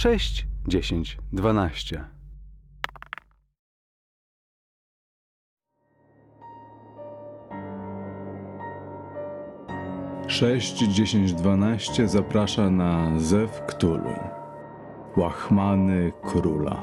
6, 10, 12. Sześć, 10, 12 zaprasza na Zew Cthulhu, łachmany króla.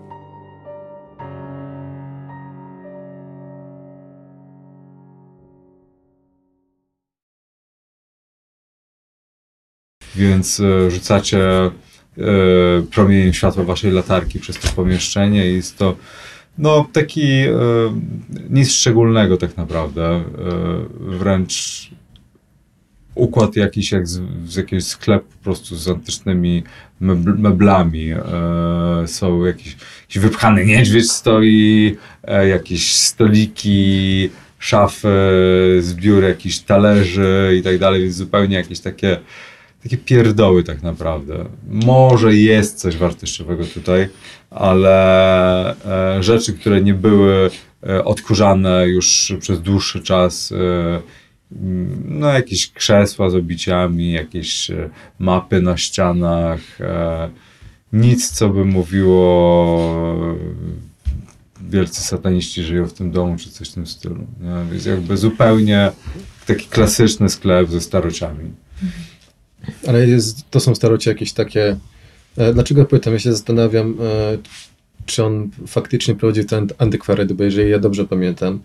Więc rzucacie promieniem światła waszej latarki przez to pomieszczenie i jest to taki nic szczególnego tak naprawdę, wręcz układ jakiś jak z jakiegoś sklepu po prostu z antycznymi meblami. Są jakiś wypchany niedźwiedź stoi, jakieś stoliki, szafy, zbiór jakichś talerzy i tak dalej, więc zupełnie jakieś takie pierdoły tak naprawdę. Może jest coś wartościowego tutaj, ale rzeczy, które nie były odkurzane już przez dłuższy czas, jakieś krzesła z obiciami, jakieś mapy na ścianach, nic, co by mówiło wielcy sataniści żyją w tym domu, czy coś w tym stylu. Nie? Więc jakby zupełnie taki klasyczny sklep ze starociami. Ale to są starocie jakieś takie... Dlaczego pytam? Ja się zastanawiam, czy on faktycznie prowadził ten antykwariat, bo jeżeli ja dobrze pamiętam,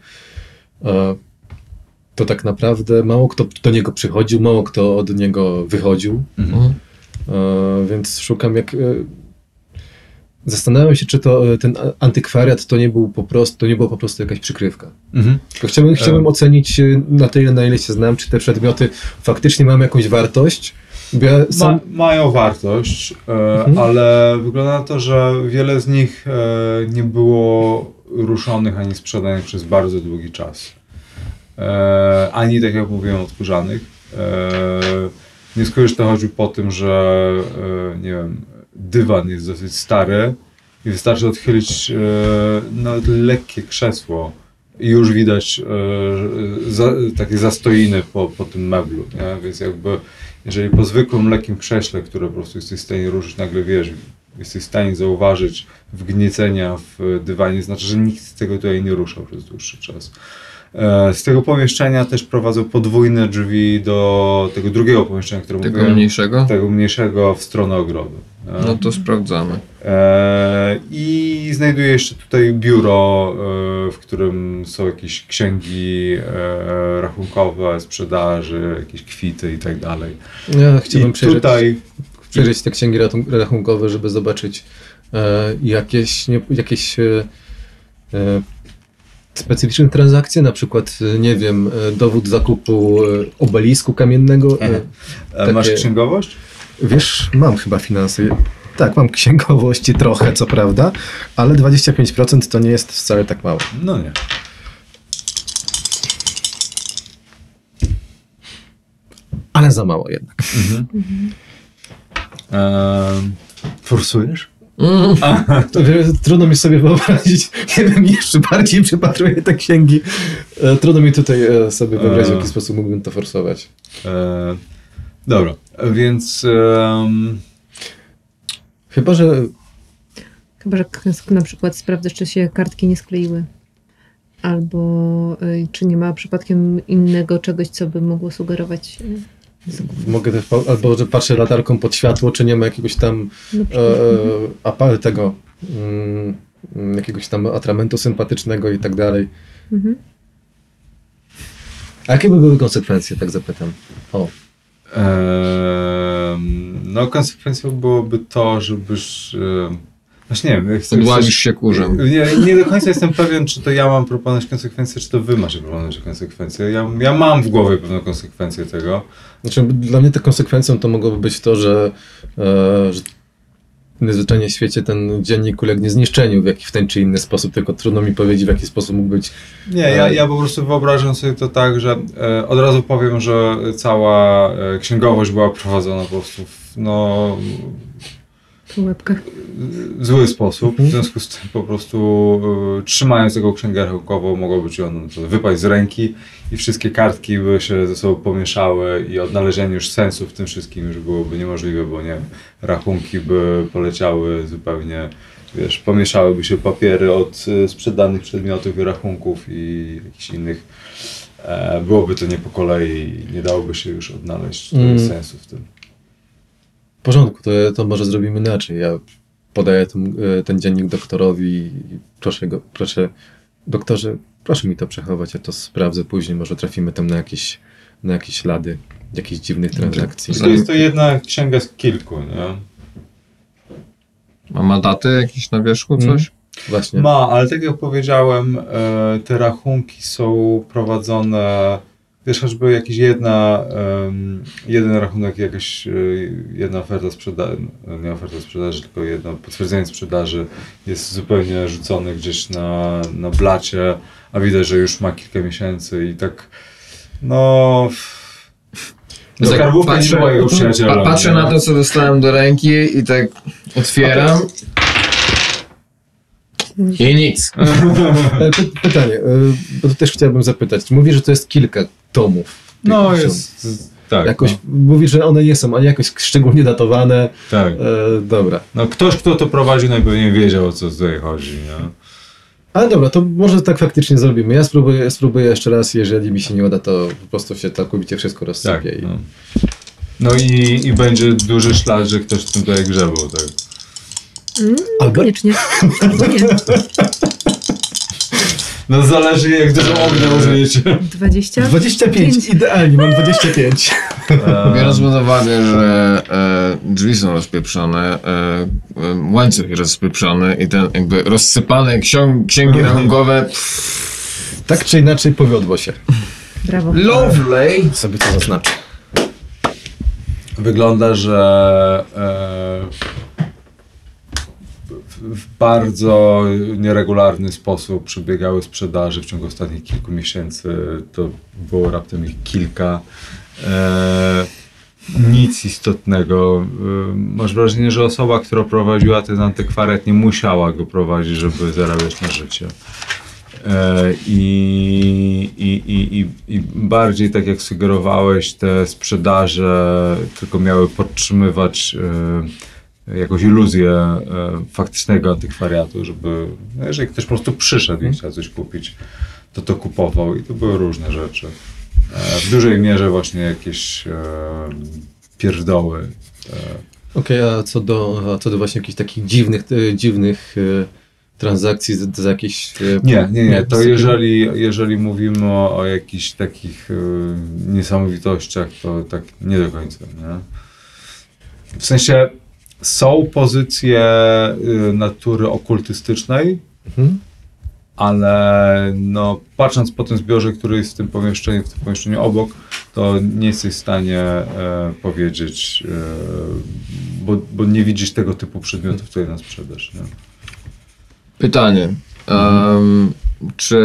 to tak naprawdę mało kto do niego przychodził, mało kto od niego wychodził. Więc szukam zastanawiam się, czy ten antykwariat to nie była po prostu jakaś przykrywka. Chciałbym ocenić na tyle, na ile się znam, czy te przedmioty faktycznie mają jakąś wartość. Mają wartość, ale wygląda na to, że wiele z nich nie było ruszonych ani sprzedanych przez bardzo długi czas. Ani, tak jak mówiłem, odkurzanych. Nie skoro to chodzi po tym, że nie wiem, dywan jest dosyć stary i wystarczy odchylić lekkie krzesło i już widać takie zastoiny po tym meblu, nie? Więc jakby jeżeli po zwykłym lekkim krześle, które po prostu jesteś w stanie ruszyć, nagle jesteś w stanie zauważyć wgniecenia w dywanie, znaczy, że nikt z tego tutaj nie ruszał przez dłuższy czas. Z tego pomieszczenia też prowadzą podwójne drzwi do tego drugiego pomieszczenia, które mówiłem. Mniejszego? Tego mniejszego w stronę ogrodu. No to sprawdzamy. I znajduję jeszcze tutaj biuro, w którym są jakieś księgi rachunkowe, sprzedaży, jakieś kwity i tak dalej. Ja chciałbym przejrzeć te księgi rachunkowe, żeby zobaczyć jakieś specyficzne transakcje, na przykład, nie wiem, dowód zakupu obelisku kamiennego. Masz księgowość? Wiesz, mam chyba finanse. Tak, mam księgowości trochę, co prawda, ale 25% to nie jest wcale tak mało. No nie. Ale za mało jednak. Forsujesz? To trudno mi sobie wyobrazić, nie wiem, jeszcze bardziej przypatruję te księgi. Trudno mi tutaj sobie wyobrazić, w jaki sposób mógłbym to forsować. Dobra, więc... Chyba, że na przykład sprawdzasz, czy się kartki nie skleiły. Albo czy nie ma przypadkiem innego czegoś, co by mogło sugerować... Mogę też, albo że patrzę latarką pod światło, czy nie ma jakiegoś tam jakiegoś tam atramentu sympatycznego i tak dalej. A jakie by były konsekwencje, tak zapytam? Konsekwencją byłoby to, żebyś... Właśnie nie wiem. Odłazisz się kurzem. Nie do końca jestem pewien, czy to ja mam proponować konsekwencje, czy to wy macie proponować konsekwencje. Ja mam w głowie pewną konsekwencję tego. Znaczy, dla mnie tą konsekwencją to mogłoby być to, że niezwyczajnie w świecie ten dziennik ulegnie zniszczeniu w ten czy inny sposób, tylko trudno mi powiedzieć, w jaki sposób mógł być... Nie, ja po prostu wyobrażam sobie to tak, że od razu powiem, że cała księgowość była prowadzona po prostu Po łebkach. zły sposób. W związku z tym po prostu trzymając tego księgę rachunkową mogłoby ci ono wypaść z ręki i wszystkie kartki by się ze sobą pomieszały i odnalezienie już sensu w tym wszystkim już byłoby niemożliwe, bo nie wiem, rachunki by poleciały zupełnie, wiesz, pomieszałyby się papiery od sprzedanych przedmiotów i rachunków i jakichś innych. Byłoby to nie po kolei i nie dałoby się już odnaleźć sensu w tym. W porządku, to może zrobimy inaczej. Ja podaję ten dziennik doktorowi i proszę, doktorze, proszę mi to przechować, ja to sprawdzę później, może trafimy tam na jakieś ślady, jakichś dziwnych transakcji. To jest to jedna księga z kilku, nie? A ma daty jakieś na wierzchu, coś? Właśnie. Ma, ale tak jak powiedziałem, te rachunki są prowadzone, wiesz, choćby jakiś jeden rachunek, jakaś jedna oferta sprzedaży, nie oferta sprzedaży, tylko jedno potwierdzenie sprzedaży jest zupełnie rzucone gdzieś na blacie, a widać, że już ma kilka miesięcy i tak, no... Skarbówka nie była jego przyjacielem. Patrzę na to, co dostałem do ręki i tak otwieram. I nic. Pytanie, bo to też chciałbym zapytać. Mówisz, że to jest kilka tomów. tych No ksiąg. jest, tak. Jakoś, No. mówisz, że one nie są ani jakoś szczególnie datowane. Tak. Dobra. No ktoś, kto to prowadził, najpewniej wiedział, o co tutaj chodzi, nie? Ale dobra, to może tak faktycznie zrobimy. Ja spróbuję jeszcze raz, jeżeli mi się nie uda, to po prostu się całkowicie wszystko Tak. rozsypie. No i będzie duży ślad, że ktoś tutaj grzebał, tak. Albo Koniecznie. Albo nie. No zależy, jak dużo ognia użyjecie. 20? 25, idealnie, mam 25. Biorąc pod uwagę, że drzwi są rozpieprzone, łańcuch jest rozpieprzony i ten jakby rozsypane księgi rachunkowe. Tak czy inaczej powiodło się. Brawo. Lovely! Sobie to zaznaczę. Wygląda, że w bardzo nieregularny sposób przebiegały sprzedaże w ciągu ostatnich kilku miesięcy. To było raptem ich kilka. Nic istotnego. Masz wrażenie, że osoba, która prowadziła ten antykwariat, nie musiała go prowadzić, żeby zarabiać na życie. I bardziej, tak jak sugerowałeś, te sprzedaże tylko miały podtrzymywać jakąś iluzję faktycznego antykwariatu, żeby, no jeżeli ktoś po prostu przyszedł i chciał coś kupić, to kupował i to były różne rzeczy. W dużej mierze właśnie jakieś pierdoły. Okej, a co do właśnie jakichś takich dziwnych transakcji za jakieś... Nie. To jeżeli mówimy o jakichś takich niesamowitościach, to tak nie do końca, nie? W sensie są pozycje natury okultystycznej, ale no, patrząc po tym zbiorze, który jest w tym pomieszczeniu obok, to nie jesteś w stanie powiedzieć, bo nie widzisz tego typu przedmiotów, które na sprzedaż. Nie? Pytanie. Czy...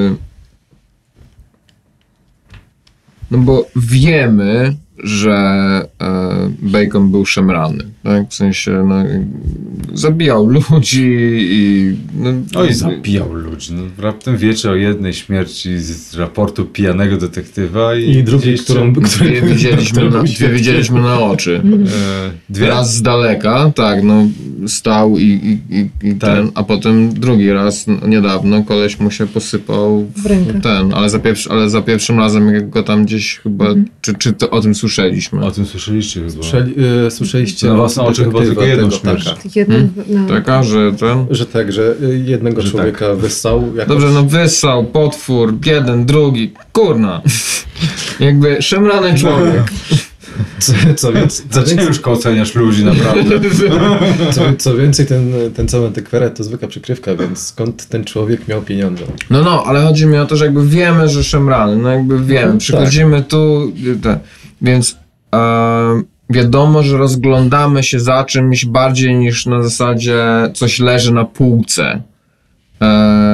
No bo wiemy, że Bacon był szemrany, tak? W sensie, no, zabijał ludzi i... No i zabijał ludzi. No, raptem wiecie o jednej śmierci z raportu pijanego detektywa i drugiej, którą Dwie widzieliśmy na oczy. dwie? Raz z daleka, tak, no stał i Tak. ten, a potem drugi raz, no, niedawno, koleś mu się posypał W rękę. ten, ale za pierwszym razem, jak go tam gdzieś chyba, czy to o tym słyszeliśmy? O tym słyszeliście chyba. Słyszeliście Na własne oczy chyba tylko jedną śmierć. Taka, że ten... Że tak, że jednego Że człowieka wyssał. Jakoś... Dobrze, no wyssał, potwór, jeden, drugi, kurna. Jakby szemrany człowiek. Co więcej, Za ciężko oceniasz ludzi, naprawdę. co więcej ten cały antykwariat to zwykła przykrywka, więc skąd ten człowiek miał pieniądze? No, ale chodzi mi o to, że jakby wiemy, że szemrany, no jakby wiemy, przychodzimy tu, więc wiadomo, że rozglądamy się za czymś bardziej niż na zasadzie coś leży na półce.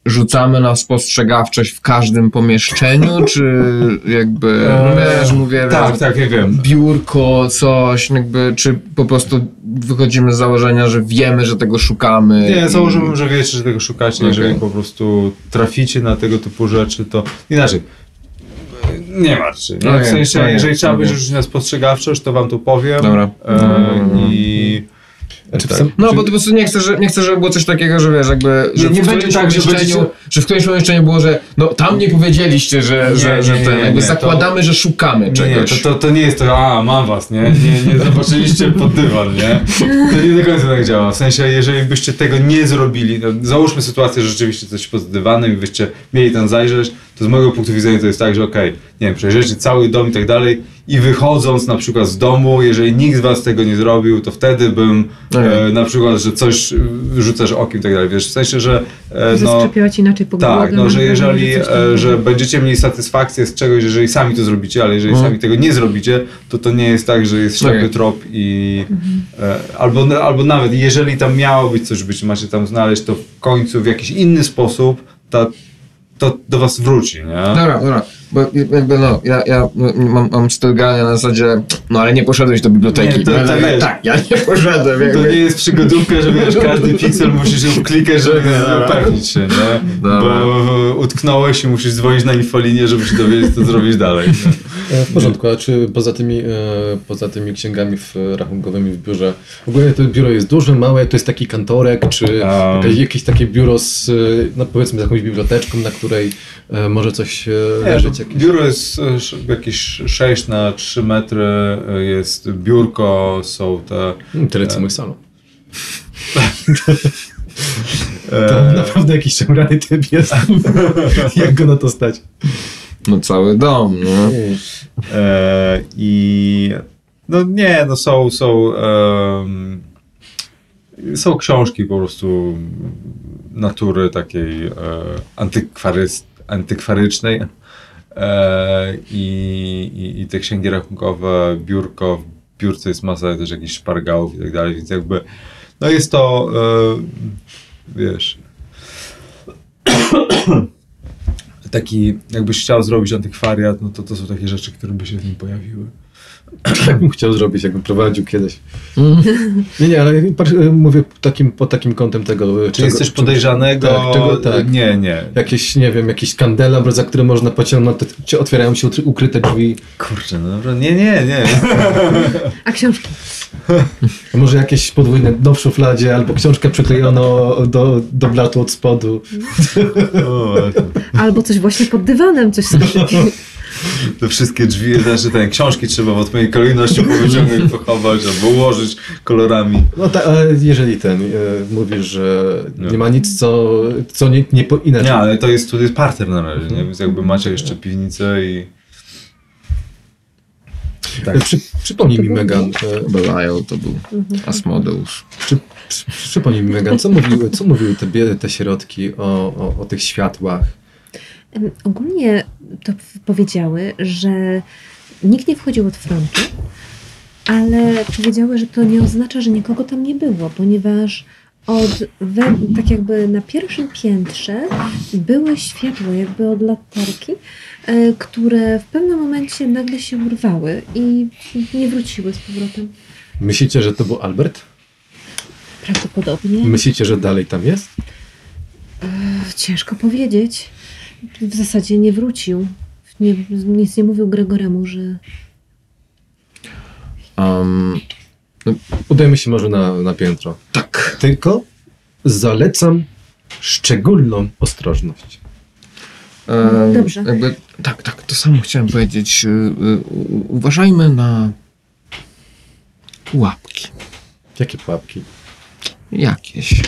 rzucamy na spostrzegawczość w każdym pomieszczeniu, czy jakby, wiesz, mówię, Tak, tak, ja wiem. biurko, coś, jakby, czy po prostu wychodzimy z założenia, że wiemy, że tego szukamy? Nie, założyłbym, że wiecie, że tego szukacie. Okej. Jeżeli po prostu traficie na tego typu rzeczy, to inaczej. Nie martwcie. Nie? Okej, W sensie, okej, jeżeli trzeba okej. będzie rzucić na spostrzegawczość, to wam to powiem. Dobra. I... Znaczy, tak. No, bo po prostu nie chcę, żeby było coś takiego, że wiesz, jakby, że Nie w będzie którymś tak, że pomieszczeniu, będziecie- że w którymś pomieszczeniu było, że no tam nie powiedzieliście, że ten, jakby nie, zakładamy, że szukamy Nie, czegoś. to nie jest to, mam was, nie? Nie zobaczyliście pod dywan, nie? To nie do końca tak działa. W sensie, jeżeli byście tego nie zrobili, no, załóżmy sytuację, że rzeczywiście coś pod dywanem i byście mieli tam zajrzeć, to z mojego punktu widzenia to jest tak, że okej, nie wiem, przejrzycie cały dom i tak dalej i wychodząc na przykład z domu, jeżeli nikt z was tego nie zrobił, to wtedy bym na przykład, że coś rzucasz okiem i tak dalej, wiesz, w sensie, że no... Zaszczepiać inaczej po Tak, głowie, no, mam że wrażenie, jeżeli, coś takiego. że będziecie mieli satysfakcję z czegoś, jeżeli sami to zrobicie, ale jeżeli sami tego nie zrobicie, to nie jest tak, że jest ślepy Okej. trop i albo nawet jeżeli tam miało być coś, być macie tam znaleźć, to w końcu w jakiś inny sposób to do was wróci, nie? Dobra, bo jakby no, ja mam styl grania na zasadzie, no ale nie poszedłeś do biblioteki. Nie, to No, wiesz. tak, ja nie poszedłem. To Jakby. nie jest przygodówka, że wiesz, każdy piksel musisz ją klikać, żeby upewnić się, nie? Dobra. Bo utknąłeś i musisz dzwonić na infolinię, żeby się dowiedzieć, co zrobić dalej. Nie? W porządku, a czy poza tymi księgami rachunkowymi w biurze, w ogóle to biuro jest duże, małe, to jest taki kantorek, czy jakieś takie biuro z, no powiedzmy, z jakąś biblioteczką, na której może coś leżeć? Jakieś... Biuro jest jakieś 6 na 3 metry, jest biurko, są te... Tyle co mój salon. To naprawdę jakiś szemrany typ jest. Jak go na to stać? No cały dom, no. I no nie, no są książki po prostu natury takiej antykwarycznej i te księgi rachunkowe, biurko, w biurce jest masa też jakichś szpargałów i tak dalej, więc jakby no jest to wiesz taki, jakbyś chciał zrobić antykwariat, no to są takie rzeczy, które by się w nim pojawiły. Tak bym chciał zrobić, jakbym prowadził kiedyś. Nie, ale mówię pod takim kątem tego... Czy jest coś podejrzanego? Tak, tak. Nie. Jakieś, nie wiem, jakiś kandelabr, za który można pociągnąć, to otwierają się ukryte drzwi. Kurczę, no dobra, nie. A książki? A może jakieś podwójne dno w szufladzie, albo książkę przyklejono do blatu od spodu. Albo coś właśnie pod dywanem, coś skrytego. Te wszystkie drzwi, znaczy te książki trzeba w odpowiedniej kolejności powyciągnąć, pochować albo ułożyć kolorami. No tak, ale jeżeli mówisz, że nie ma nic, co nie inaczej. Nie, ale to jest parter na razie, nie? Więc jakby macie jeszcze piwnicę i... Tak. Przypomnij mi, Megan, Belial to był Asmodeus. przypomnij mi, Megan, co mówiły te środki o tych światłach? Ogólnie to powiedziały, że nikt nie wchodził od frontu, ale powiedziały, że to nie oznacza, że nikogo tam nie było, ponieważ tak jakby na pierwszym piętrze były światła jakby od latarki, które w pewnym momencie nagle się urwały i nie wróciły z powrotem. Myślicie, że to był Albert? Prawdopodobnie. Myślicie, że dalej tam jest? Ciężko powiedzieć. W zasadzie nie wrócił. Nic nie mówił Gregoremu, że... Udajmy się może na piętro. Tak. Tylko zalecam szczególną ostrożność. Dobrze. Jakby, tak, to samo chciałem powiedzieć. Uważajmy na pułapki. Jakie pułapki? Jakieś.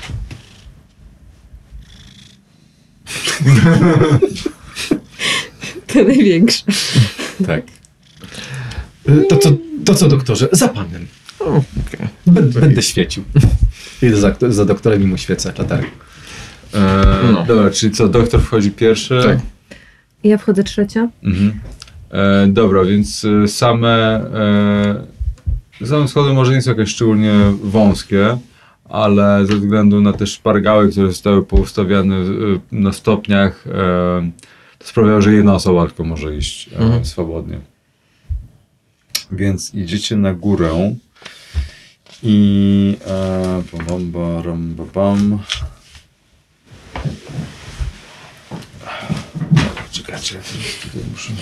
To największe. Tak. To co, doktorze? Za panem. Okay. Będę świecił. Idę za doktorem i mu świecę latarką. No. Dobra, czyli co, doktor wchodzi pierwszy? Tak. Ja wchodzę trzecia. Dobra, więc same schody może nie są jakieś szczególnie wąskie, ale ze względu na te szpargały, które zostały poustawiane na stopniach, to sprawiało, że jedna osoba tylko może iść swobodnie. Więc idziecie na górę i czekajcie, ja tutaj muszę...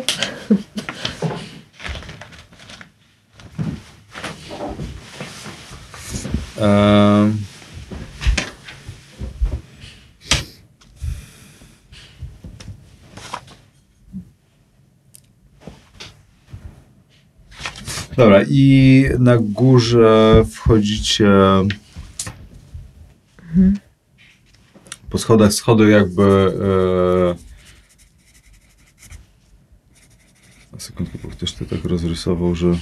Dobra, i na górze wchodzicie po schodach. Schody jakby... Na sekundkę, bo ktoś to tak rozrysował, że...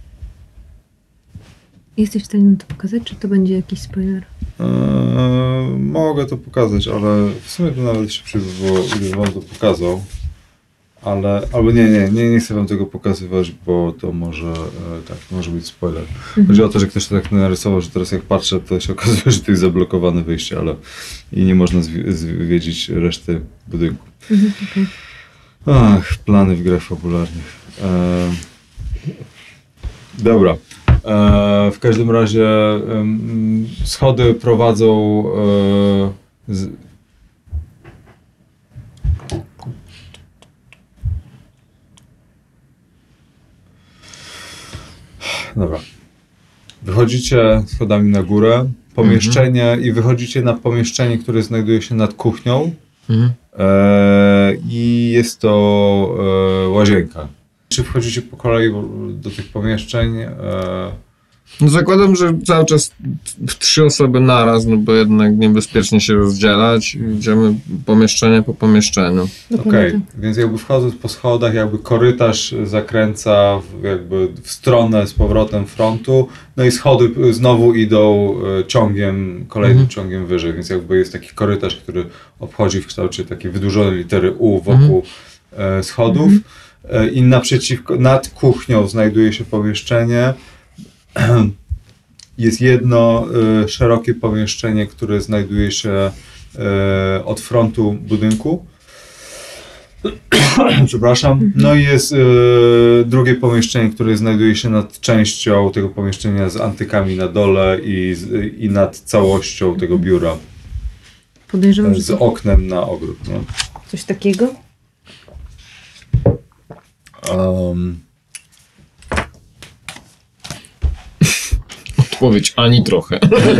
Jesteś w stanie nam to pokazać, czy to będzie jakiś spoiler? Mogę to pokazać, ale w sumie to nawet szybciej by było, gdybym wam to pokazał. Ale, albo nie chcę wam tego pokazywać, bo to może, tak, może być spoiler. Chodzi o to, że ktoś to tak narysował, że teraz jak patrzę, to się okazuje, że to jest zablokowane wyjście, ale i nie można zwiedzić reszty budynku. Okay. Ach, plany w grach fabularnych. Dobra. W każdym razie schody prowadzą Dobra. Wychodzicie schodami na górę, pomieszczenie i wychodzicie na pomieszczenie, które znajduje się nad kuchnią i jest to łazienka. Czy wchodzicie po kolei do tych pomieszczeń? No zakładam, że cały czas w 3 osoby naraz, no bo jednak niebezpiecznie się rozdzielać. Idziemy pomieszczenie po pomieszczeniu. Okej, więc jakby wchodząc po schodach, jakby korytarz zakręca jakby w stronę z powrotem frontu, no i schody znowu idą ciągiem, kolejnym ciągiem wyżej, więc jakby jest taki korytarz, który obchodzi w kształcie takiej wydłużonej litery U wokół schodów i naprzeciwko, nad kuchnią znajduje się pomieszczenie. Jest jedno szerokie pomieszczenie, które znajduje się od frontu budynku. Przepraszam. No i jest drugie pomieszczenie, które znajduje się nad częścią tego pomieszczenia z antykami na dole i nad całością tego biura. Podejrzewam, że z oknem na ogród. No. coś takiego? Odpowiedź ani trochę.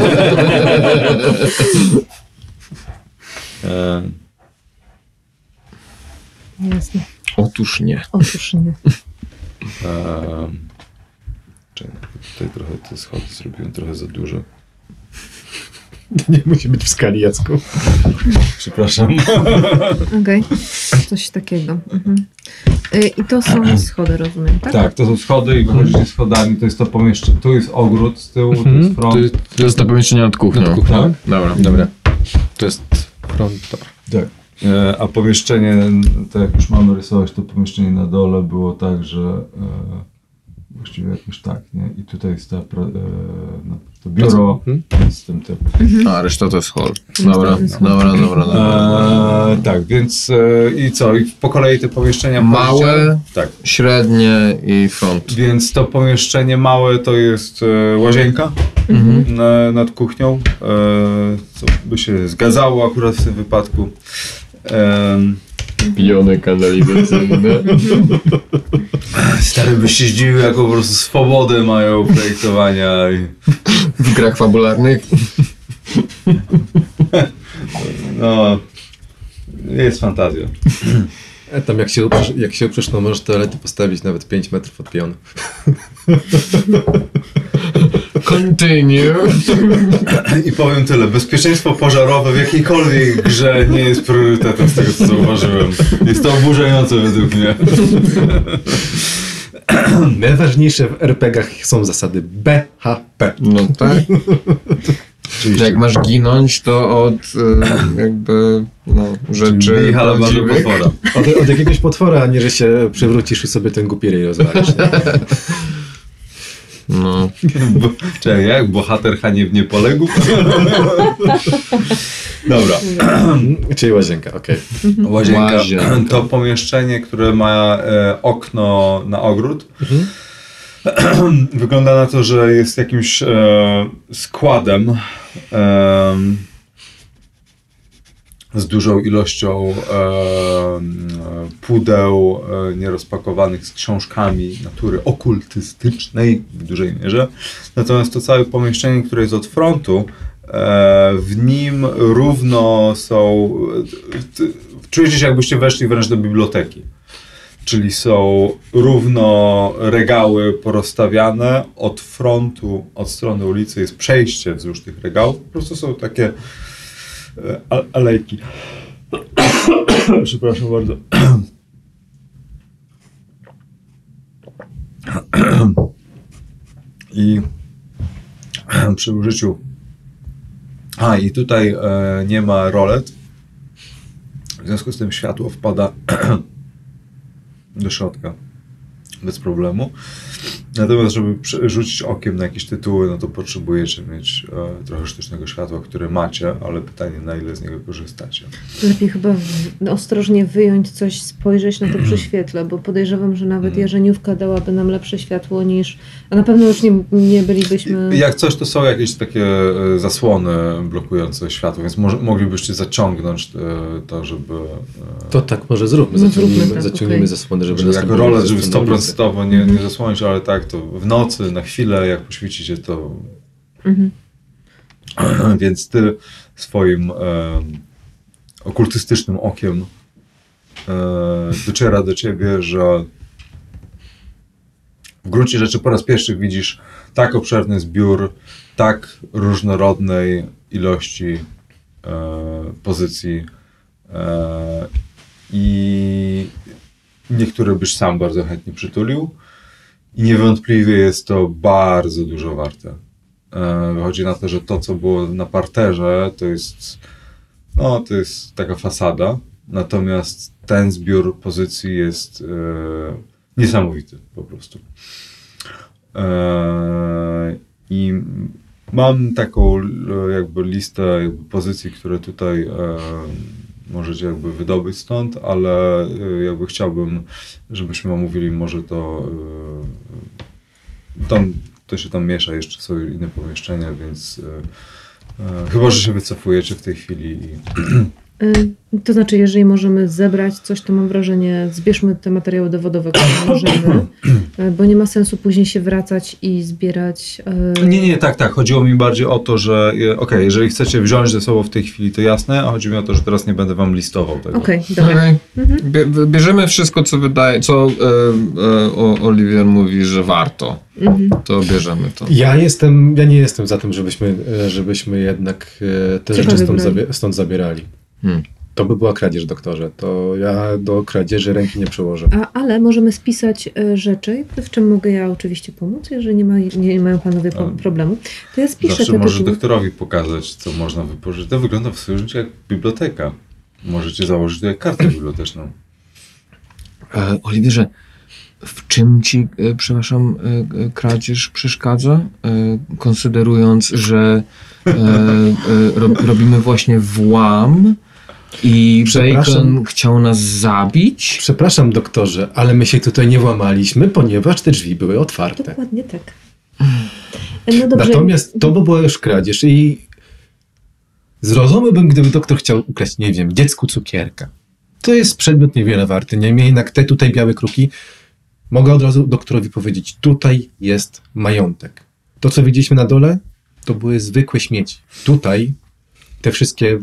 Jasne. Otóż nie. Otóż nie. Czekaj, tutaj trochę te schody zrobiłem trochę za dużo. To nie musi być w skali, Jacku. Przepraszam. Okej. Coś takiego. I to są schody, rozumiem, tak? Tak, to są schody i wychodzicie schodami, to jest to pomieszczenie, tu jest ogród z tyłu, tu jest front. To jest to pomieszczenie nad kuchnią. Nad kuchnią. Tak? Dobra. Dobra. To jest front, dobra. Tak. A pomieszczenie, tak jak już mamy rysować, to pomieszczenie na dole było tak, że właściwie jakoś tak, nie? I tutaj jest to biuro z tym typem. A reszta to jest hall. Dobra. Tak, więc i co? I po kolei te pomieszczenia Małe, tak. średnie i front. Więc to pomieszczenie małe to jest łazienka nad kuchnią, co by się zgadzało akurat w tym wypadku. Piony kanalizacyjne. Stary byś się zdziwił, jaką po prostu swobodę mają projektowania. W grach fabularnych. No, jest fantazja. Tam jak się uprzesz, to możesz toalety postawić nawet 5 metrów od pionu. Continue. I powiem tyle, bezpieczeństwo pożarowe w jakiejkolwiek grze nie jest priorytetem z tego, co zauważyłem. Jest to oburzające według mnie. Najważniejsze w RPG-ach są zasady BHP. No tak. Jak masz ginąć, to od jakby rzeczy Bij halabardu prawdziwych. potwora. Od jakiegoś potwora, a nie, że się przewrócisz i sobie ten głupi ryj rozwalisz. No. Czekaj, jak bohater haniebnie poległ? Dobra. Czyli łazienka, okej. Łazienka. Łazienka. To pomieszczenie, które ma okno na ogród. Wygląda na to, że jest jakimś składem z dużą ilością pudeł nierozpakowanych z książkami natury okultystycznej w dużej mierze. Natomiast to całe pomieszczenie, które jest od frontu, w nim równo są... Czujecie się, jakbyście weszli wręcz do biblioteki. Czyli są równo regały porozstawiane od frontu, od strony ulicy jest przejście wzdłuż tych regałów. Po prostu są takie alejki. Przepraszam bardzo. I przy użyciu... i tutaj nie ma rolet. W związku z tym światło wpada do środka bez problemu. Natomiast, żeby rzucić okiem na jakieś tytuły, no to potrzebujecie mieć trochę sztucznego światła, które macie, ale pytanie, na ile z niego korzystacie. Lepiej chyba ostrożnie wyjąć coś, spojrzeć na to przy świetle, bo podejrzewam, że nawet jarzeniówka dałaby nam lepsze światło niż... A na pewno już nie bylibyśmy... Jak coś, to są jakieś takie zasłony blokujące światło, więc moglibyście zaciągnąć to, żeby... To tak może zróbmy. No zróbmy tak, Zaciągniemy okej. zasłony, żeby Żeby nas jako nie było rolę, widać żeby z tej ulicy. 100% nie zasłonić, ale tak, to w nocy, na chwilę, jak poświecicie, to... Więc ty swoim okultystycznym okiem dociera do ciebie, że w gruncie rzeczy po raz pierwszy widzisz tak obszerny zbiór, tak różnorodnej ilości pozycji i niektóre byś sam bardzo chętnie przytulił i niewątpliwie jest to bardzo dużo warte. Wychodzi na to, że to, co było na parterze, to jest taka fasada, natomiast ten zbiór pozycji jest niesamowity po prostu. I mam taką jakby listę jakby pozycji, które tutaj możecie jakby wydobyć stąd, ale jakby chciałbym, żebyśmy omówili może to to się tam miesza, jeszcze są inne pomieszczenia, więc chyba, że się wycofujecie w tej chwili. To znaczy, jeżeli możemy zebrać coś, to mam wrażenie, zbierzmy te materiały dowodowe, które możemy, bo nie ma sensu później się wracać i zbierać... Nie, tak. Chodziło mi bardziej o to, że jeżeli chcecie wziąć ze sobą w tej chwili, to jasne, a chodzi mi o to, że teraz nie będę wam listował tego. Okej, dobra. Okay. Bierzemy wszystko, co Oliwier mówi, że warto. To bierzemy to. Ja nie jestem za tym, żebyśmy jednak te rzeczy stąd zabierali. To by była kradzież, doktorze. To ja do kradzieży ręki nie przyłożę. Ale możemy spisać rzeczy, w czym mogę ja oczywiście pomóc, jeżeli nie mają panowie problemu. To ja spiszę Zawsze te możesz tytuły. doktorowi pokazać, co można wypożyczyć. To wygląda w swoim życiu jak biblioteka. Możecie założyć tutaj kartę biblioteczną. Oliwierze, w czym ci, przepraszam, kradzież przeszkadza? Konsyderując, że robimy właśnie włam i Bacon chciał nas zabić? Przepraszam, doktorze, ale my się tutaj nie włamaliśmy, ponieważ te drzwi były otwarte. Dokładnie tak. No dobrze. Natomiast to by była już kradzież i zrozumiałbym, gdyby doktor chciał ukraść, nie wiem, dziecku cukierka. To jest przedmiot niewiele warty. Niemniej jednak te tutaj białe kruki, mogę od razu doktorowi powiedzieć, tutaj jest majątek. To, co widzieliśmy na dole, to były zwykłe śmieci. Tutaj te wszystkie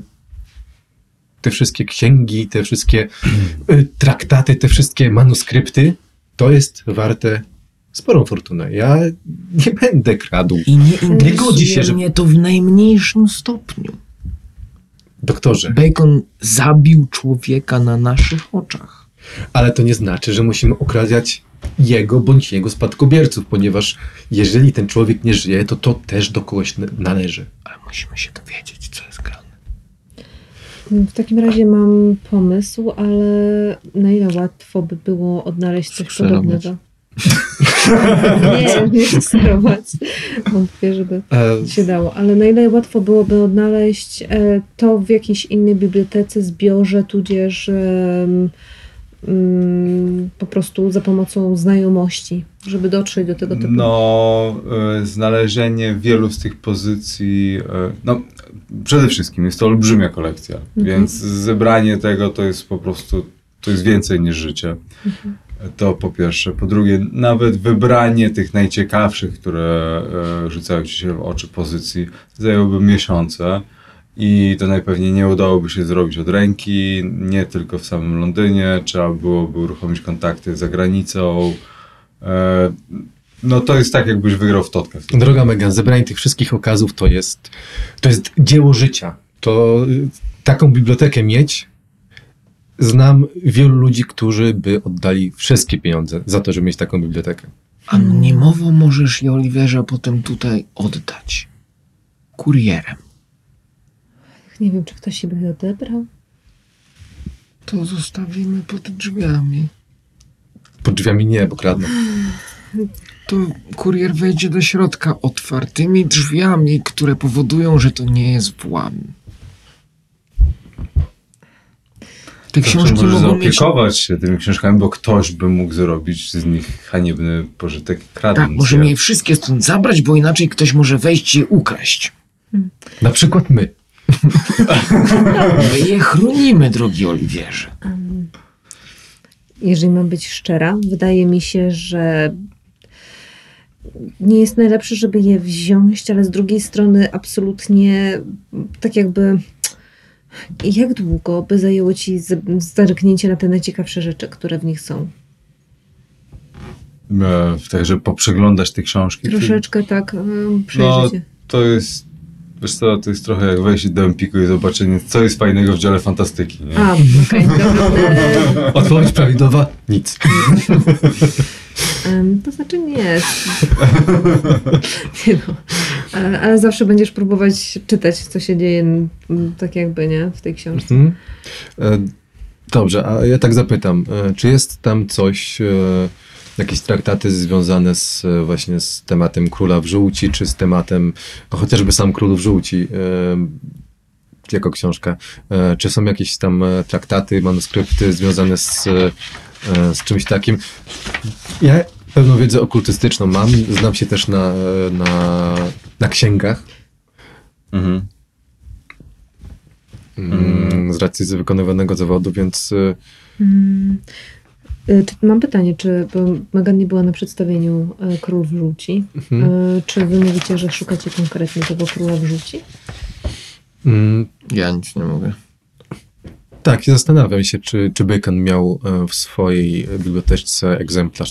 księgi, te wszystkie traktaty, te wszystkie manuskrypty, to jest warte sporą fortunę. Ja nie będę kradł. I nie godzi się, że... mnie to w najmniejszym stopniu. Doktorze. Bacon zabił człowieka na naszych oczach. Ale to nie znaczy, że musimy okradzać jego bądź jego spadkobierców, ponieważ jeżeli ten człowiek nie żyje, to też do kogoś należy. Ale musimy się dowiedzieć, co jest grane. W takim razie mam pomysł, ale na ile łatwo by było odnaleźć coś Przerobić. podobnego? Nie chcę sterować. Wątpię, żeby się dało. Ale na ile łatwo byłoby odnaleźć to w jakiejś innej bibliotece, zbiorze, tudzież po prostu za pomocą znajomości, żeby dotrzeć do tego typu. No, znalezienie wielu z tych pozycji, no przede wszystkim jest to olbrzymia kolekcja, więc zebranie tego to jest po prostu, to jest więcej niż życie. To po pierwsze. Po drugie, nawet wybranie tych najciekawszych, które rzucają ci się w oczy pozycji, zajęłoby miesiące i to najpewniej nie udałoby się zrobić od ręki, nie tylko w samym Londynie, trzeba byłoby uruchomić kontakty za granicą. No to jest tak, jakbyś wygrał w totkę. Droga Megan, zebranie tych wszystkich okazów to jest dzieło życia. To taką bibliotekę mieć. Znam wielu ludzi, którzy by oddali wszystkie pieniądze za to, żeby mieć taką bibliotekę. Anonimowo możesz je, Oliwierze, potem tutaj oddać. Kurierem. Nie wiem, czy ktoś się by odebrał. To zostawimy pod drzwiami. Pod drzwiami nie, bo kradną. To kurier wejdzie do środka otwartymi drzwiami, które powodują, że to nie jest włam. Te książki Możesz mogą mieć... zaopiekować się tymi książkami, bo ktoś by mógł zrobić z nich haniebny pożytek kradąc. Tak, możemy je wszystkie stąd zabrać, bo inaczej ktoś może wejść i je ukraść. Na przykład my. My je chronimy, drogi Oliwierze. Jeżeli mam być szczera, wydaje mi się, że nie jest najlepsze, żeby je wziąć, ale z drugiej strony absolutnie tak jakby jak długo by zajęło ci zerknięcie na te najciekawsze rzeczy, które w nich są? Także poprzeglądać te książki. Troszeczkę tak No, przejrzycie. to jest, wiesz co, to jest trochę jak wejść do Empiku i zobaczenie, co jest fajnego w dziale fantastyki, nie? A, okej, dobra. Odpowiedź prawidłowa? Nic. To znaczy nie. Nie no. Ale zawsze będziesz próbować czytać, co się dzieje tak jakby, nie? W tej książce. Dobrze, a ja tak zapytam, czy jest tam coś, jakieś traktaty związane właśnie z tematem Króla w Żółci, czy z tematem, no chociażby sam Król w Żółci, jako książka, czy są jakieś tam traktaty, manuskrypty związane z czymś takim? Ja pewną wiedzę okultystyczną mam, znam się też na księgach. Z racji wykonywanego zawodu, więc... Mam pytanie, bo Megan nie była na przedstawieniu Król w Żółci. Czy wy mówicie, że szukacie konkretnie tego Króla w Żółci? Ja nic nie mówię. Tak, zastanawiam się, czy Bacon miał w swojej biblioteczce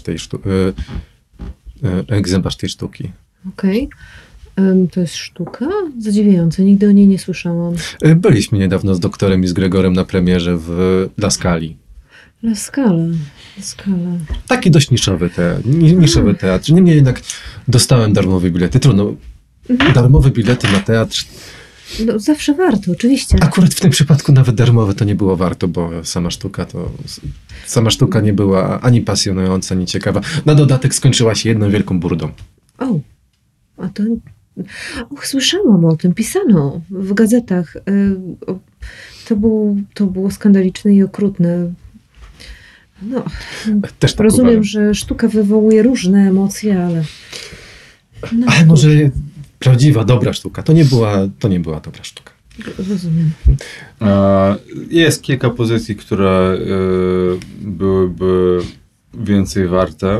egzemplarz tej sztuki. Okej. To jest sztuka? Zadziwiające, nigdy o niej nie słyszałam. Byliśmy niedawno z doktorem i z Gregorem na premierze w La Scali. La Scala. Taki dość niszowy teatr. Niemniej jednak dostałem darmowe bilety. Trudno. Darmowe bilety na teatr. No, zawsze warto, oczywiście. Akurat w tym przypadku nawet darmowe to nie było warto, bo sama sztuka nie była ani pasjonująca, ani ciekawa. Na dodatek skończyła się jedną wielką burdą. O, a to... słyszałam o tym, pisano w gazetach. To było skandaliczne i okrutne. No, Też tak rozumiem, uważam. że sztuka wywołuje różne emocje, ale... No, Ale może prawdziwa, dobra sztuka. To nie była dobra sztuka. Rozumiem. Jest kilka pozycji, które byłyby więcej warte.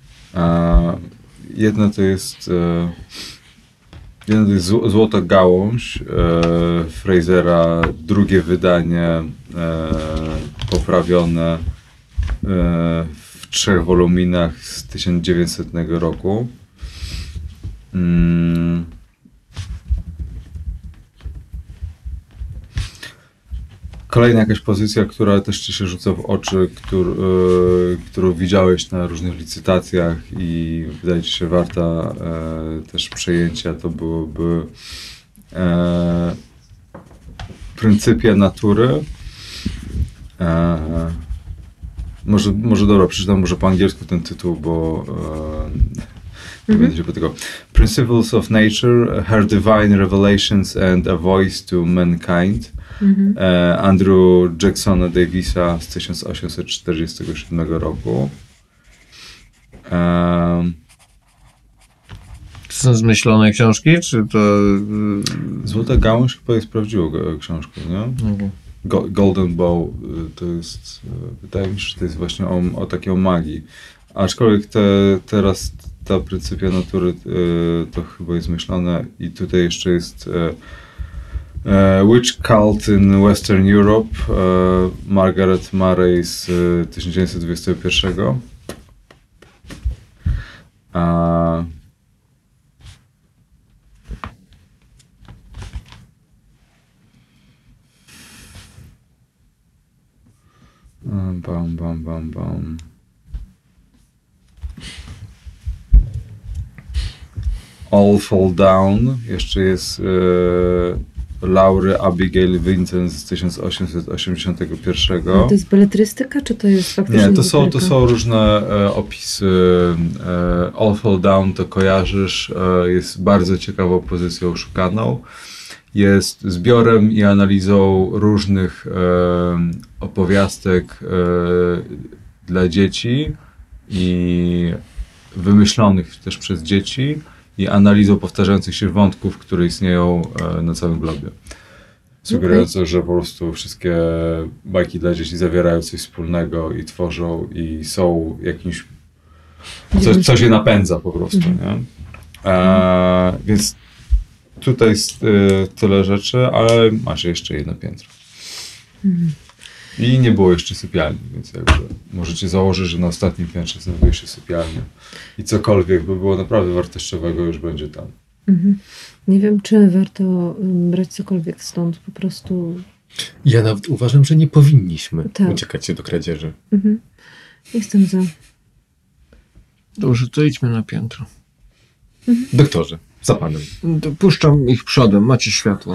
Jedna to jest Złota Gałąź Frasera, drugie wydanie poprawione w 3 woluminach z 1900 roku. Kolejna jakaś pozycja, która też ci się rzuca w oczy, którą widziałeś na różnych licytacjach i wydaje ci się warta też przejęcia, to byłoby Pryncypia Natury może dobra, przeczytam może po angielsku ten tytuł, bo nie będę się potykał. Principles of Nature, Her Divine Revelations and a Voice to Mankind. Andrew Jacksona Davisa z 1847 roku. To są zmyślone książki, czy to... Złota Gałąź chyba jest prawdziwą książką, nie? Okay. Golden Bow to jest, wydaje mi się, że to jest właśnie o takiej magii. Aczkolwiek teraz ta pryncypia natury to chyba jest myślone i tutaj jeszcze jest Witch Cult in Western Europe Margaret Murray z 1921. Bam. All Fall Down. Jeszcze jest Laury Abigail Vincent z 1881. To jest beletrystyka, czy to jest faktycznie Nie, to literatura? są różne opisy. All Fall Down to kojarzysz, jest bardzo ciekawą pozycją szukaną. Jest zbiorem i analizą różnych opowiastek dla dzieci i wymyślonych też przez dzieci i analizą powtarzających się wątków, które istnieją na całym globie. Sugerujące, że po prostu wszystkie bajki dla dzieci zawierają coś wspólnego i tworzą i są jakimś... Coś je napędza po prostu, nie? Więc tutaj jest tyle rzeczy, ale masz jeszcze jedno piętro. I nie było jeszcze sypialni, więc jakby możecie założyć, że na ostatnim piętrze znajduje się sypialnia. I cokolwiek by było naprawdę wartościowego już będzie tam. Nie wiem, czy warto brać cokolwiek stąd, po prostu... Ja nawet uważam, że nie powinniśmy Tak. uciekać się do kradzieży. Jestem za. Dobrze, to idźmy na piętro. Doktorze, za panem. Puszczam ich przodem, macie światło.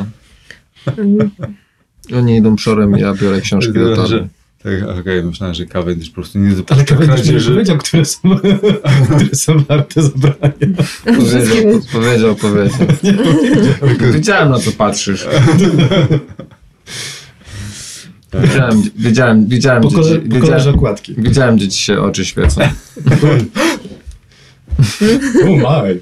Oni idą przodem, ja biorę książki do taby. Tak, okej, myślałem, że Cavendish po prostu nie Ale dopuszcza Cavendish nie kradzieży. powiedział, które są warte zabrania. Powiedział. Wiedziałem, na co patrzysz. Wiedziałem, Po kolorze okładki. Widziałem, gdzie ci się oczy świecą. My.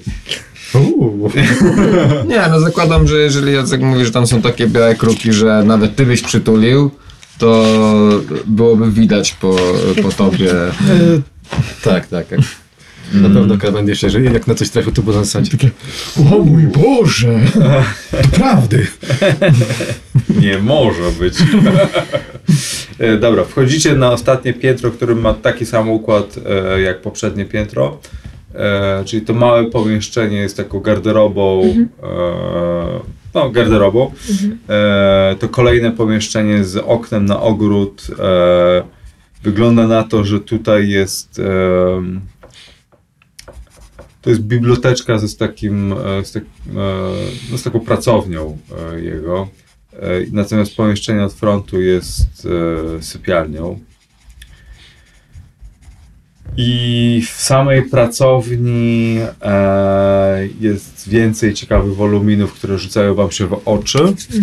Nie, no zakładam, że jeżeli Jacek mówi, że tam są takie białe kruki, że nawet ty byś przytulił, to byłoby widać po tobie. Tak. Na pewno Cavendish, jeżeli jak na coś trafił, to było na zasadzie takie: o mój Boże, doprawdy. Nie może być. Dobra, wchodzicie na ostatnie piętro, które ma taki sam układ jak poprzednie piętro. Czyli to małe pomieszczenie jest taką garderobą. Garderobą. To kolejne pomieszczenie z oknem na ogród. Wygląda na to, że tutaj jest to jest biblioteczka z taką pracownią jego. Natomiast pomieszczenie od frontu jest sypialnią. I w samej pracowni jest więcej ciekawych woluminów, które rzucają wam się w oczy.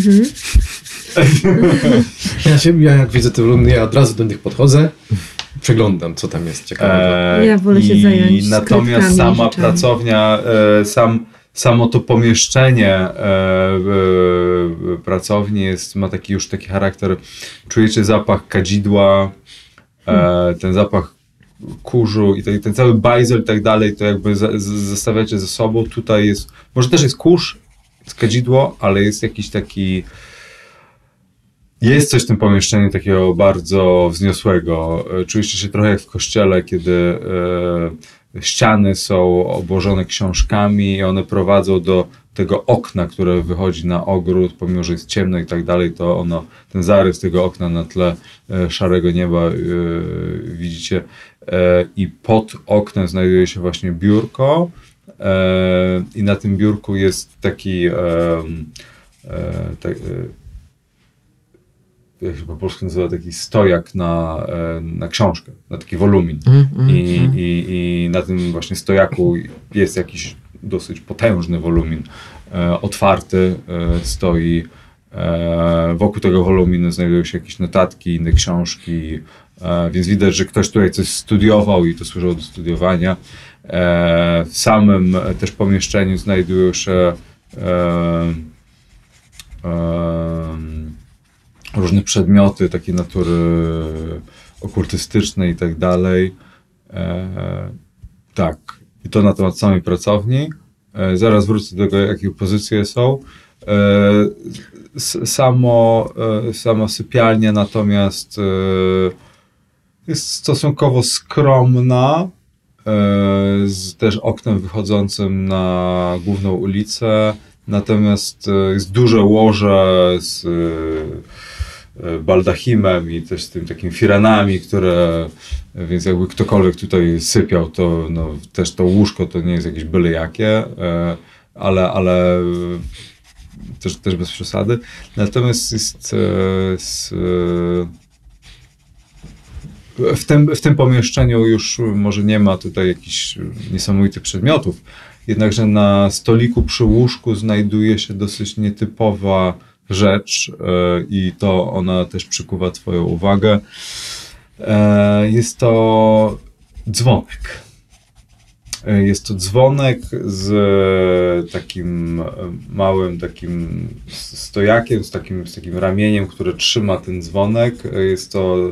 Ja jak widzę te woluminy, ja od razu do nich podchodzę, przeglądam, co tam jest ciekawego. Ja wolę się zająć natomiast skrytkami, sama rzeczami. pracownia, samo to pomieszczenie pracowni ma taki charakter, czujecie zapach kadzidła, ten zapach kurzu i ten cały bajzel i tak dalej, to jakby zestawiacie ze sobą. Tutaj jest, może też jest kurz, jest kadzidło, ale jest jakiś taki, jest coś w tym pomieszczeniu takiego bardzo wzniosłego. Czujecie się trochę jak w kościele, kiedy ściany są obłożone książkami i one prowadzą do tego okna, które wychodzi na ogród, pomimo że jest ciemno i tak dalej, to ten zarys tego okna na tle szarego nieba widzicie. I pod oknem znajduje się właśnie biurko i na tym biurku jest taki jak się po polsku nazywa, taki stojak na książkę, na taki wolumin. I na tym właśnie stojaku jest jakiś dosyć potężny wolumin otwarty, stoi. Wokół tego woluminu znajdują się jakieś notatki, inne książki, więc widać, że ktoś tutaj coś studiował i to służyło do studiowania. W samym też pomieszczeniu znajdują się różne przedmioty takiej natury okultystycznej i tak dalej. Tak, i to na temat samej pracowni. Zaraz wrócę do tego, jakie pozycje są. Sama sypialnia natomiast jest stosunkowo skromna, z też oknem wychodzącym na główną ulicę, natomiast jest duże łoże z baldachimem i też z tym takim firanami, więc jakby ktokolwiek tutaj sypiał, to no, też to łóżko to nie jest jakieś byle jakie, ale też bez przesady. Natomiast jest w tym pomieszczeniu już może nie ma tutaj jakichś niesamowitych przedmiotów, jednakże na stoliku przy łóżku znajduje się dosyć nietypowa rzecz i to ona też przykuwa twoją uwagę. Jest to dzwonek. Jest to dzwonek z takim małym takim stojakiem, z takim ramieniem, które trzyma ten dzwonek. Jest to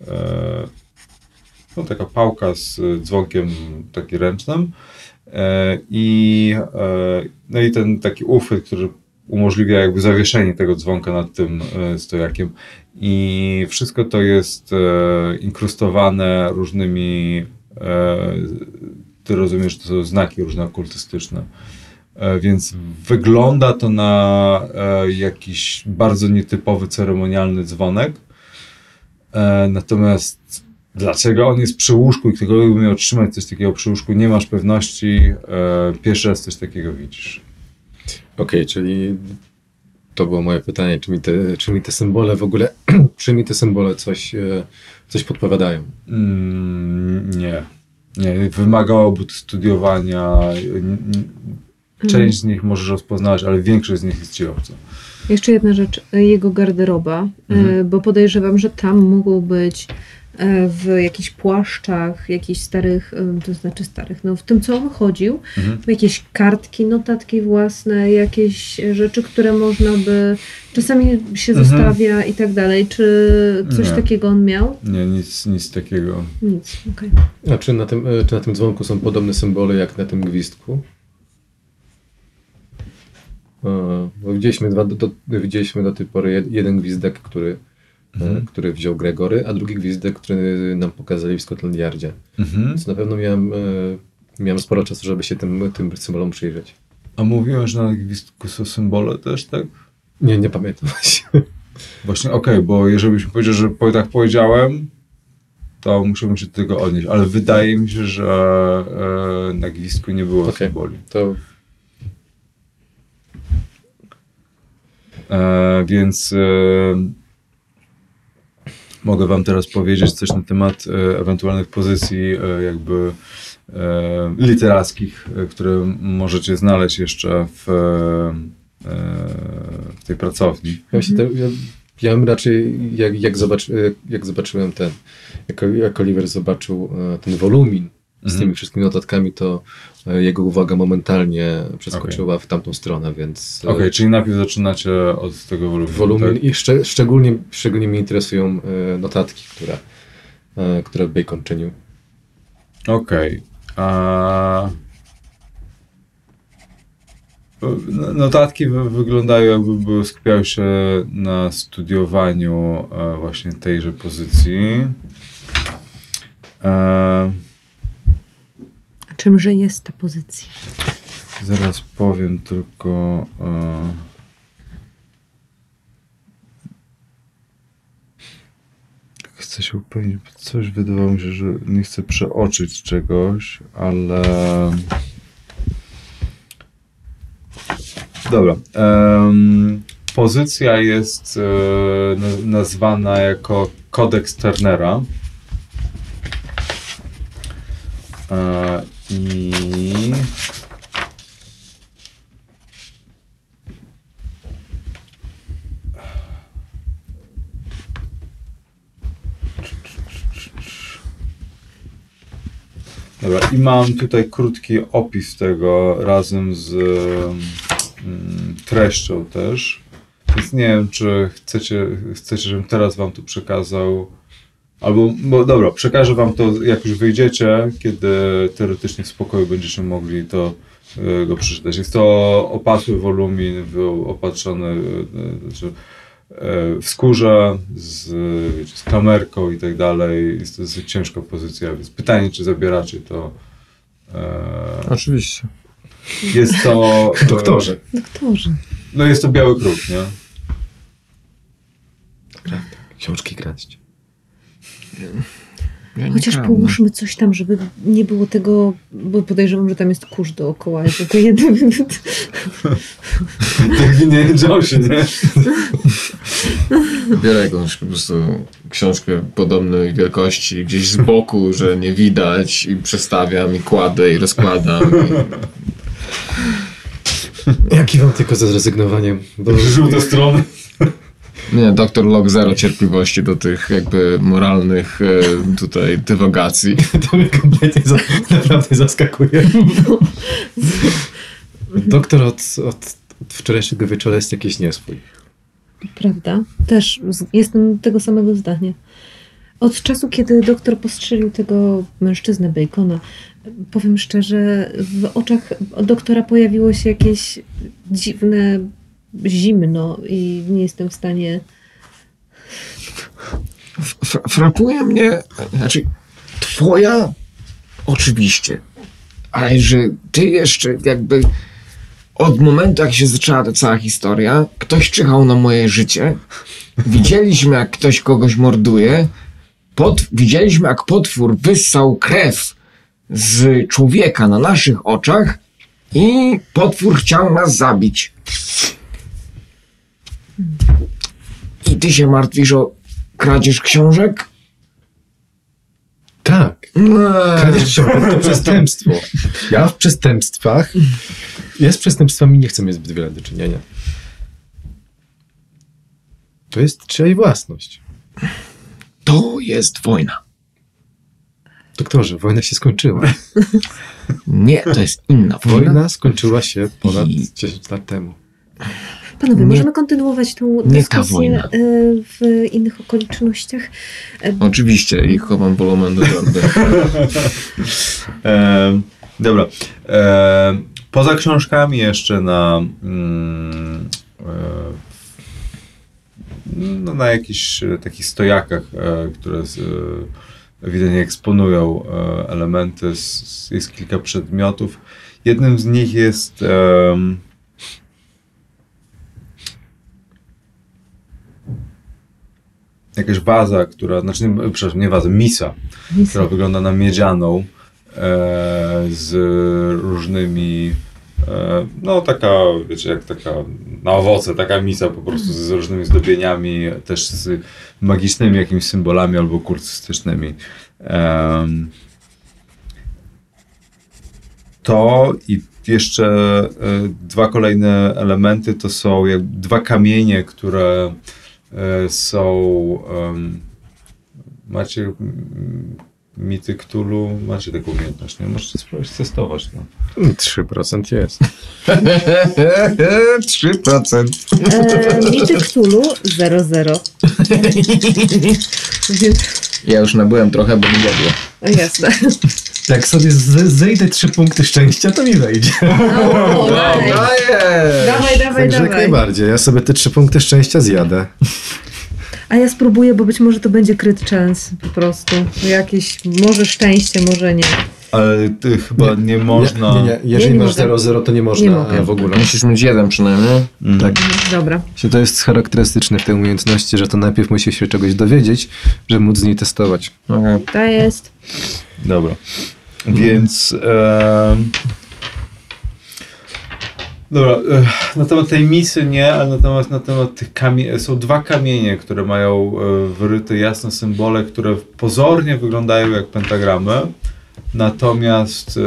no, taka pałka z dzwonkiem taki ręcznym no i ten taki uchwyt, który umożliwia jakby zawieszenie tego dzwonka nad tym stojakiem i wszystko to jest inkrustowane różnymi ty rozumiesz, że to są znaki różne okultystyczne. Więc wygląda to na jakiś bardzo nietypowy, ceremonialny dzwonek. Natomiast dlaczego on jest przy łóżku i ktokolwiek by miał trzymać coś takiego przy łóżku, nie masz pewności. Pierwszy raz coś takiego widzisz. Okej, czyli to było moje pytanie, czy mi te symbole w ogóle, czy mi te symbole coś podpowiadają? Nie. Nie, wymagałoby to studiowania. Część z nich możesz rozpoznać, ale większość z nich jest ci obca. Jeszcze jedna rzecz, jego garderoba, bo podejrzewam, że tam mogą być w jakichś płaszczach, jakichś starych, to znaczy starych, no w tym, co on chodził, jakieś kartki, notatki własne, jakieś rzeczy, które można by, czasami się zostawia i tak dalej. Czy coś takiego on miał? Nie, nic takiego. Nic, okej. A czy na tym dzwonku są podobne symbole jak na tym gwizdku? Bo widzieliśmy do tej pory jeden gwizdek, który wziął Gregory, a drugi gwizdek, który nam pokazali w Scotland Yardzie. Więc na pewno miałem sporo czasu, żeby się tym symbolom przyjrzeć. A mówiłem, że na gwizdku są symbole też, tak? Nie pamiętam właśnie. Właśnie, okej, bo jeżeli byś mi powiedział, że tak powiedziałem, to musimy się do tego odnieść, ale wydaje mi się, że na gwizdku nie było symboli. To... Więc mogę wam teraz powiedzieć coś na temat ewentualnych pozycji jakby literackich, które możecie znaleźć jeszcze w tej pracowni. Ja bym raczej, jak zobaczyłem jak Oliver zobaczył ten wolumin z tymi wszystkimi notatkami, to jego uwaga momentalnie przeskoczyła w tamtą stronę, więc... Okej, czyli najpierw zaczynacie od tego woluminu. Tak? I szczególnie mnie interesują notatki, które Bacon czynił. Okej. Notatki wyglądają, jakby skupiały się na studiowaniu właśnie tejże pozycji. Czymże jest ta pozycja? Zaraz powiem, tylko chcę się upewnić, bo coś wydawało mi się, że nie chcę przeoczyć czegoś, ale dobra. Pozycja jest nazwana jako kodeks Turnera. I dobra, i mam tutaj krótki opis tego razem z treścią też. Więc nie wiem, czy chcecie, żebym teraz wam to przekazał. Albo, bo dobra, przekażę wam to, jak już wyjdziecie, kiedy teoretycznie w spokoju będziecie mogli to go przeczytać. Jest to opasły wolumin, opatrzony w skórze, z klamerką i tak dalej. Jest to dosyć ciężka pozycja, więc pytanie, czy zabieracie to. Oczywiście. Jest to... Doktorze. Doktorze. No jest to biały kruk, nie? Książki kraść. Ja nie Chociaż kradnę. połóżmy coś tam, żeby nie było tego, bo podejrzewam, że tam jest kurz dookoła. Ja tylko jeden... Tak nie Jonesie, nie? Biorę jakąś po prostu książkę podobnej wielkości gdzieś z boku, że nie widać i przestawiam i kładę i rozkładam. Ja kiwam tylko ze zrezygnowaniem, bo Żółte strony. Nie, doktor Locke zero cierpliwości do tych jakby moralnych tutaj dywagacji. to mnie kompletnie naprawdę zaskakuje. Doktor od wczorajszego wieczora jest jakiś nieswój. Prawda? Też jestem tego samego zdania. Od czasu, kiedy doktor postrzelił tego mężczyznę Bacona, powiem szczerze, w oczach doktora pojawiło się jakieś dziwne zimno i nie jestem w stanie... Frapuje mnie, znaczy twoja oczywiście, ale że ty jeszcze jakby od momentu, jak się zaczęła ta cała historia, ktoś czyhał na moje życie, widzieliśmy, jak ktoś kogoś morduje, widzieliśmy, jak potwór wyssał krew z człowieka na naszych oczach i potwór chciał nas zabić. I ty się martwisz o kradzież książek? Tak. Kradzież książek to przestępstwo. Ja w przestępstwach, ja z przestępstwami nie chcę mieć zbyt wiele do czynienia. To jest czyjaś własność. To jest wojna. Doktorze, wojna się skończyła. Nie, to jest inna wojna. Wojna skończyła się ponad I- 10 lat temu. Panowie, Nie- możemy kontynuować tą nie ta dyskusję wojna. w innych okolicznościach. Oczywiście, i chowam wolumen do torby. Dobra. Poza książkami jeszcze na jakichś takich stojakach, które ewidentnie eksponują elementy, jest kilka przedmiotów. Jednym z nich jest jakaś waza, przepraszam, nie waza, misa, która wygląda na miedzianą z różnymi, no taka, wiecie, jak taka na owoce, taka misa po prostu z różnymi zdobieniami, też z magicznymi jakimiś symbolami albo kultystycznymi. To i jeszcze dwa kolejne elementy to są dwa kamienie, które są... macie mity Cthulhu, macie taką umiejętność, nie? Możecie spróbować testować. No. 3% jest. 3%. Mity Cthulhu 0,0. Więc, Ja już nabyłem trochę, bo mi jadło. o jasne. Jak sobie zejdę 3 punkty szczęścia, to mi wejdzie. O, dawaj, dawaj, Także jak dawaj. najbardziej. Ja sobie te 3 punkty szczęścia zjadę. A ja spróbuję, bo być może to będzie crit chance po prostu. Jakieś, może szczęście, może nie. Ale ty chyba nie można... Nie. Jeżeli Nie masz mogę. 0,0, to nie można Nie mogę. w ogóle. Musisz mieć jeden przynajmniej. Tak. Dobra. To jest charakterystyczne w tej umiejętności, że to najpierw musisz się czegoś dowiedzieć, żeby móc z niej testować. Okay. To jest. Dobra. Więc... Dobra, na temat tej misy nie, ale na temat tych kamieni... Są dwa kamienie, które mają wyryte jasne symbole, które pozornie wyglądają jak pentagramy, Natomiast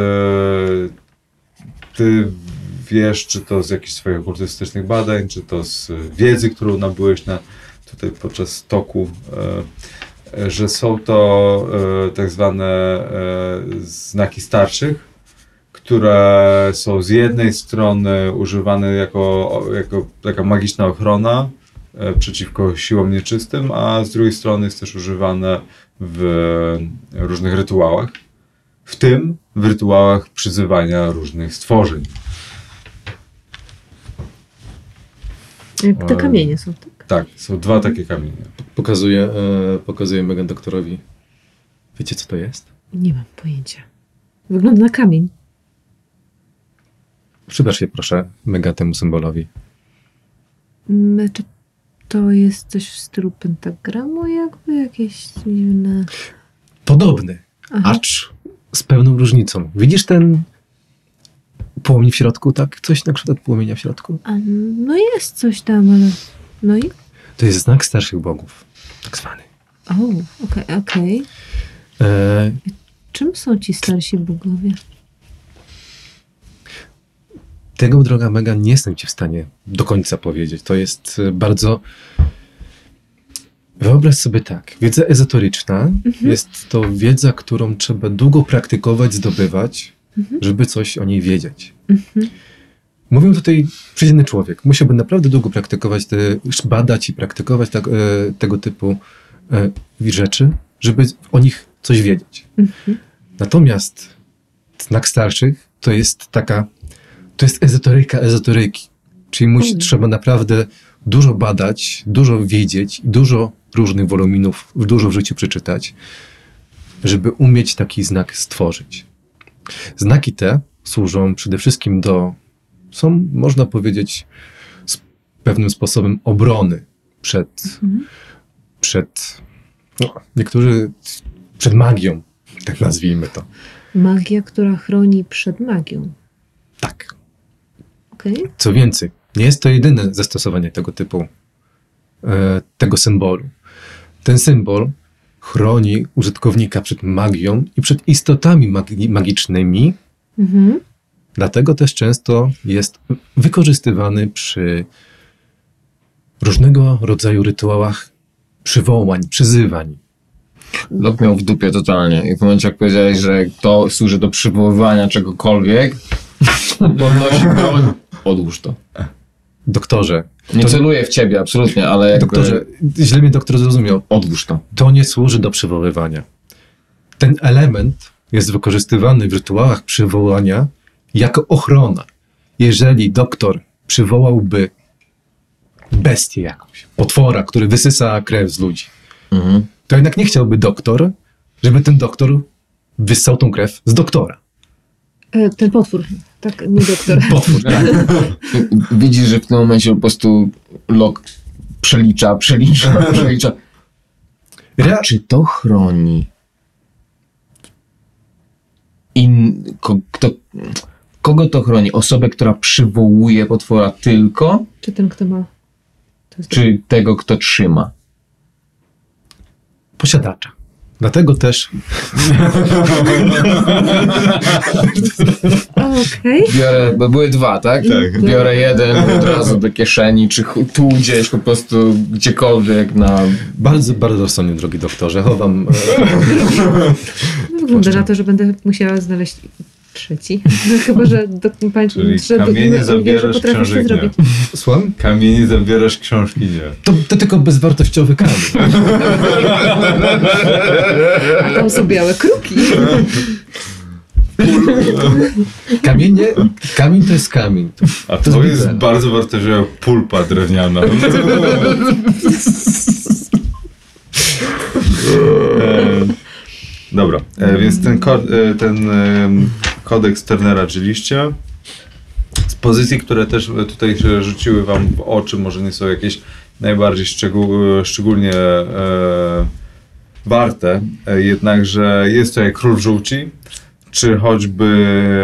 ty wiesz, czy to z jakichś swoich okultystycznych badań, czy to z wiedzy, którą nabyłeś tutaj podczas toku, że są to tak zwane znaki starszych, które są z jednej strony używane jako taka magiczna ochrona przeciwko siłom nieczystym, a z drugiej strony jest też używane w różnych rytuałach, w tym w rytuałach przyzywania różnych stworzeń. Te kamienie są, tak? Tak, są 2 takie kamienie. Pokazuję Megan doktorowi. Wiecie, co to jest? Nie mam pojęcia. Wygląda na kamień. Przypatrz się proszę, Mega, temu symbolowi. Czy to jest coś w stylu pentagramu jakby? Jakieś dziwne... Podobny, Aha. acz z pewną różnicą. Widzisz ten płomień w środku, tak? Coś na kształt płomienia w środku? A, no jest coś tam, ale... No i? To jest znak starszych bogów, tak zwany. O, okej. Czym są ci starsi bogowie? Tego, droga Mega, nie jestem ci w stanie do końca powiedzieć. To jest bardzo... Wyobraź sobie tak, wiedza ezoteryczna jest to wiedza, którą trzeba długo praktykować, zdobywać, żeby coś o niej wiedzieć. Mówię tutaj przeciętny człowiek. Musiałby naprawdę długo praktykować, badać i praktykować tego typu rzeczy, żeby o nich coś wiedzieć. Natomiast znak starszych to jest ezoteryka ezoteryki. Czyli trzeba naprawdę dużo badać, dużo wiedzieć, są różnych woluminów, dużo w życiu przeczytać, żeby umieć taki znak stworzyć. Znaki te służą przede wszystkim są, można powiedzieć, pewnym sposobem obrony przed magią, tak nazwijmy to. Magia, która chroni przed magią. Tak. Okej. Co więcej, nie jest to jedyne zastosowanie tego symbolu. Ten symbol chroni użytkownika przed magią i przed istotami magicznymi. Dlatego też często jest wykorzystywany przy różnego rodzaju rytuałach przywołań, przyzywań. Lot miał w dupie totalnie. I w momencie, jak powiedziałeś, że to służy do przywoływania czegokolwiek, podnosi broń, odłóż to. Doktorze. Nie celuję w ciebie, absolutnie, ale jakby... Doktorze, źle mnie doktor zrozumiał. Odłóż to. To nie służy do przywoływania. Ten element jest wykorzystywany w rytuałach przywołania jako ochrona. Jeżeli doktor przywołałby bestię jakąś, potwora, który wysysa krew z ludzi, to jednak nie chciałby doktor, żeby ten doktor wyssał tą krew z doktora. Ten potwór, tak, nie doktor. Potwór, tak. Widzisz, że w tym momencie po prostu Lok przelicza. A czy to chroni kogo to chroni? Osobę, która przywołuje potwora tylko? Czy ten, kto ma... Czy tego, kto trzyma? Posiadacza. Dlatego też Okej. Biorę, bo były 2, tak? Tak. Biorę jeden od razu do kieszeni, czy tu gdzieś po prostu gdziekolwiek na... bardzo, bardzo rozsądnie, drogi doktorze, chowam... Wygląda na to, że będę musiała znaleźć trzeci. Chyba, że Czyli kamienie zabierasz, książek nie. Słucham? Kamienie zabierasz, książki nie. To tylko bezwartościowy kamień. A tam są białe kruki. Kamień to jest kamień. A To to jest jest bibel. bardzo wartościowa pulpa drewniana. Dobra, więc ten kodeks Turnera, czy liścia, z pozycji, które też tutaj się rzuciły wam w oczy, może nie są jakieś najbardziej szczególnie warte, jednakże jest tutaj Król Żółci, czy choćby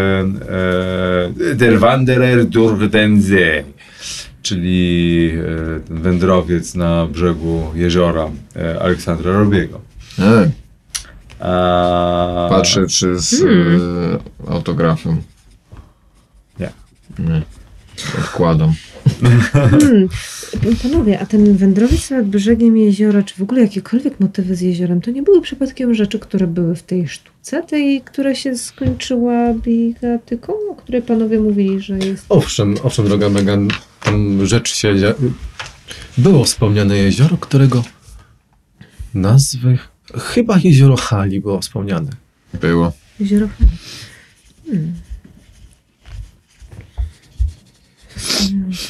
Der Wanderer durch den See, czyli ten wędrowiec na brzegu jeziora Aleksandra Robiego. Patrzę, czy z autografem. Nie. Nie. Odkładam. Panowie, a ten wędrowiec nad brzegiem jeziora, czy w ogóle jakiekolwiek motywy z jeziorem, to nie były przypadkiem rzeczy, które były w tej sztuce, tej, która się skończyła bijatyką, o której panowie mówili, że jest... Owszem, droga Megan, tam rzecz się... Było wspomniane jezioro, którego nazwy... Chyba jezioro Hali było wspomniane. Było. Jezioro... Fascynujące.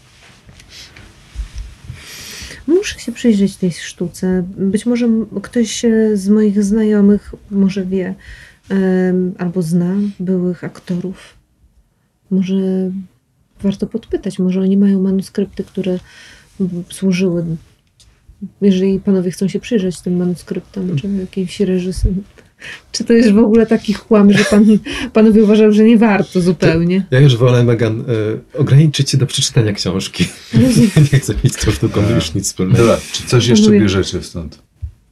Muszę się przyjrzeć tej sztuce. Być może ktoś z moich znajomych może wie, albo zna byłych aktorów. Może warto podpytać, może oni mają manuskrypty, które służyły. Jeżeli panowie chcą się przyjrzeć tym manuskryptom, czy jakimś reżyserem. Czy to jest w ogóle taki chłam, że panowie uważają, że nie warto zupełnie? Ja już wolę, Megan, ograniczyć się do przeczytania książki. Nie chcę mieć z tą sztuką już nic wspólnego. Dobra, czy coś jeszcze Panowie. bierzecie stąd?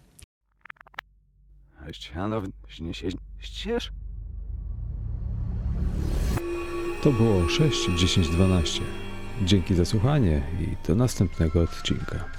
To było 6, 10, 12. Dzięki za słuchanie i do następnego odcinka.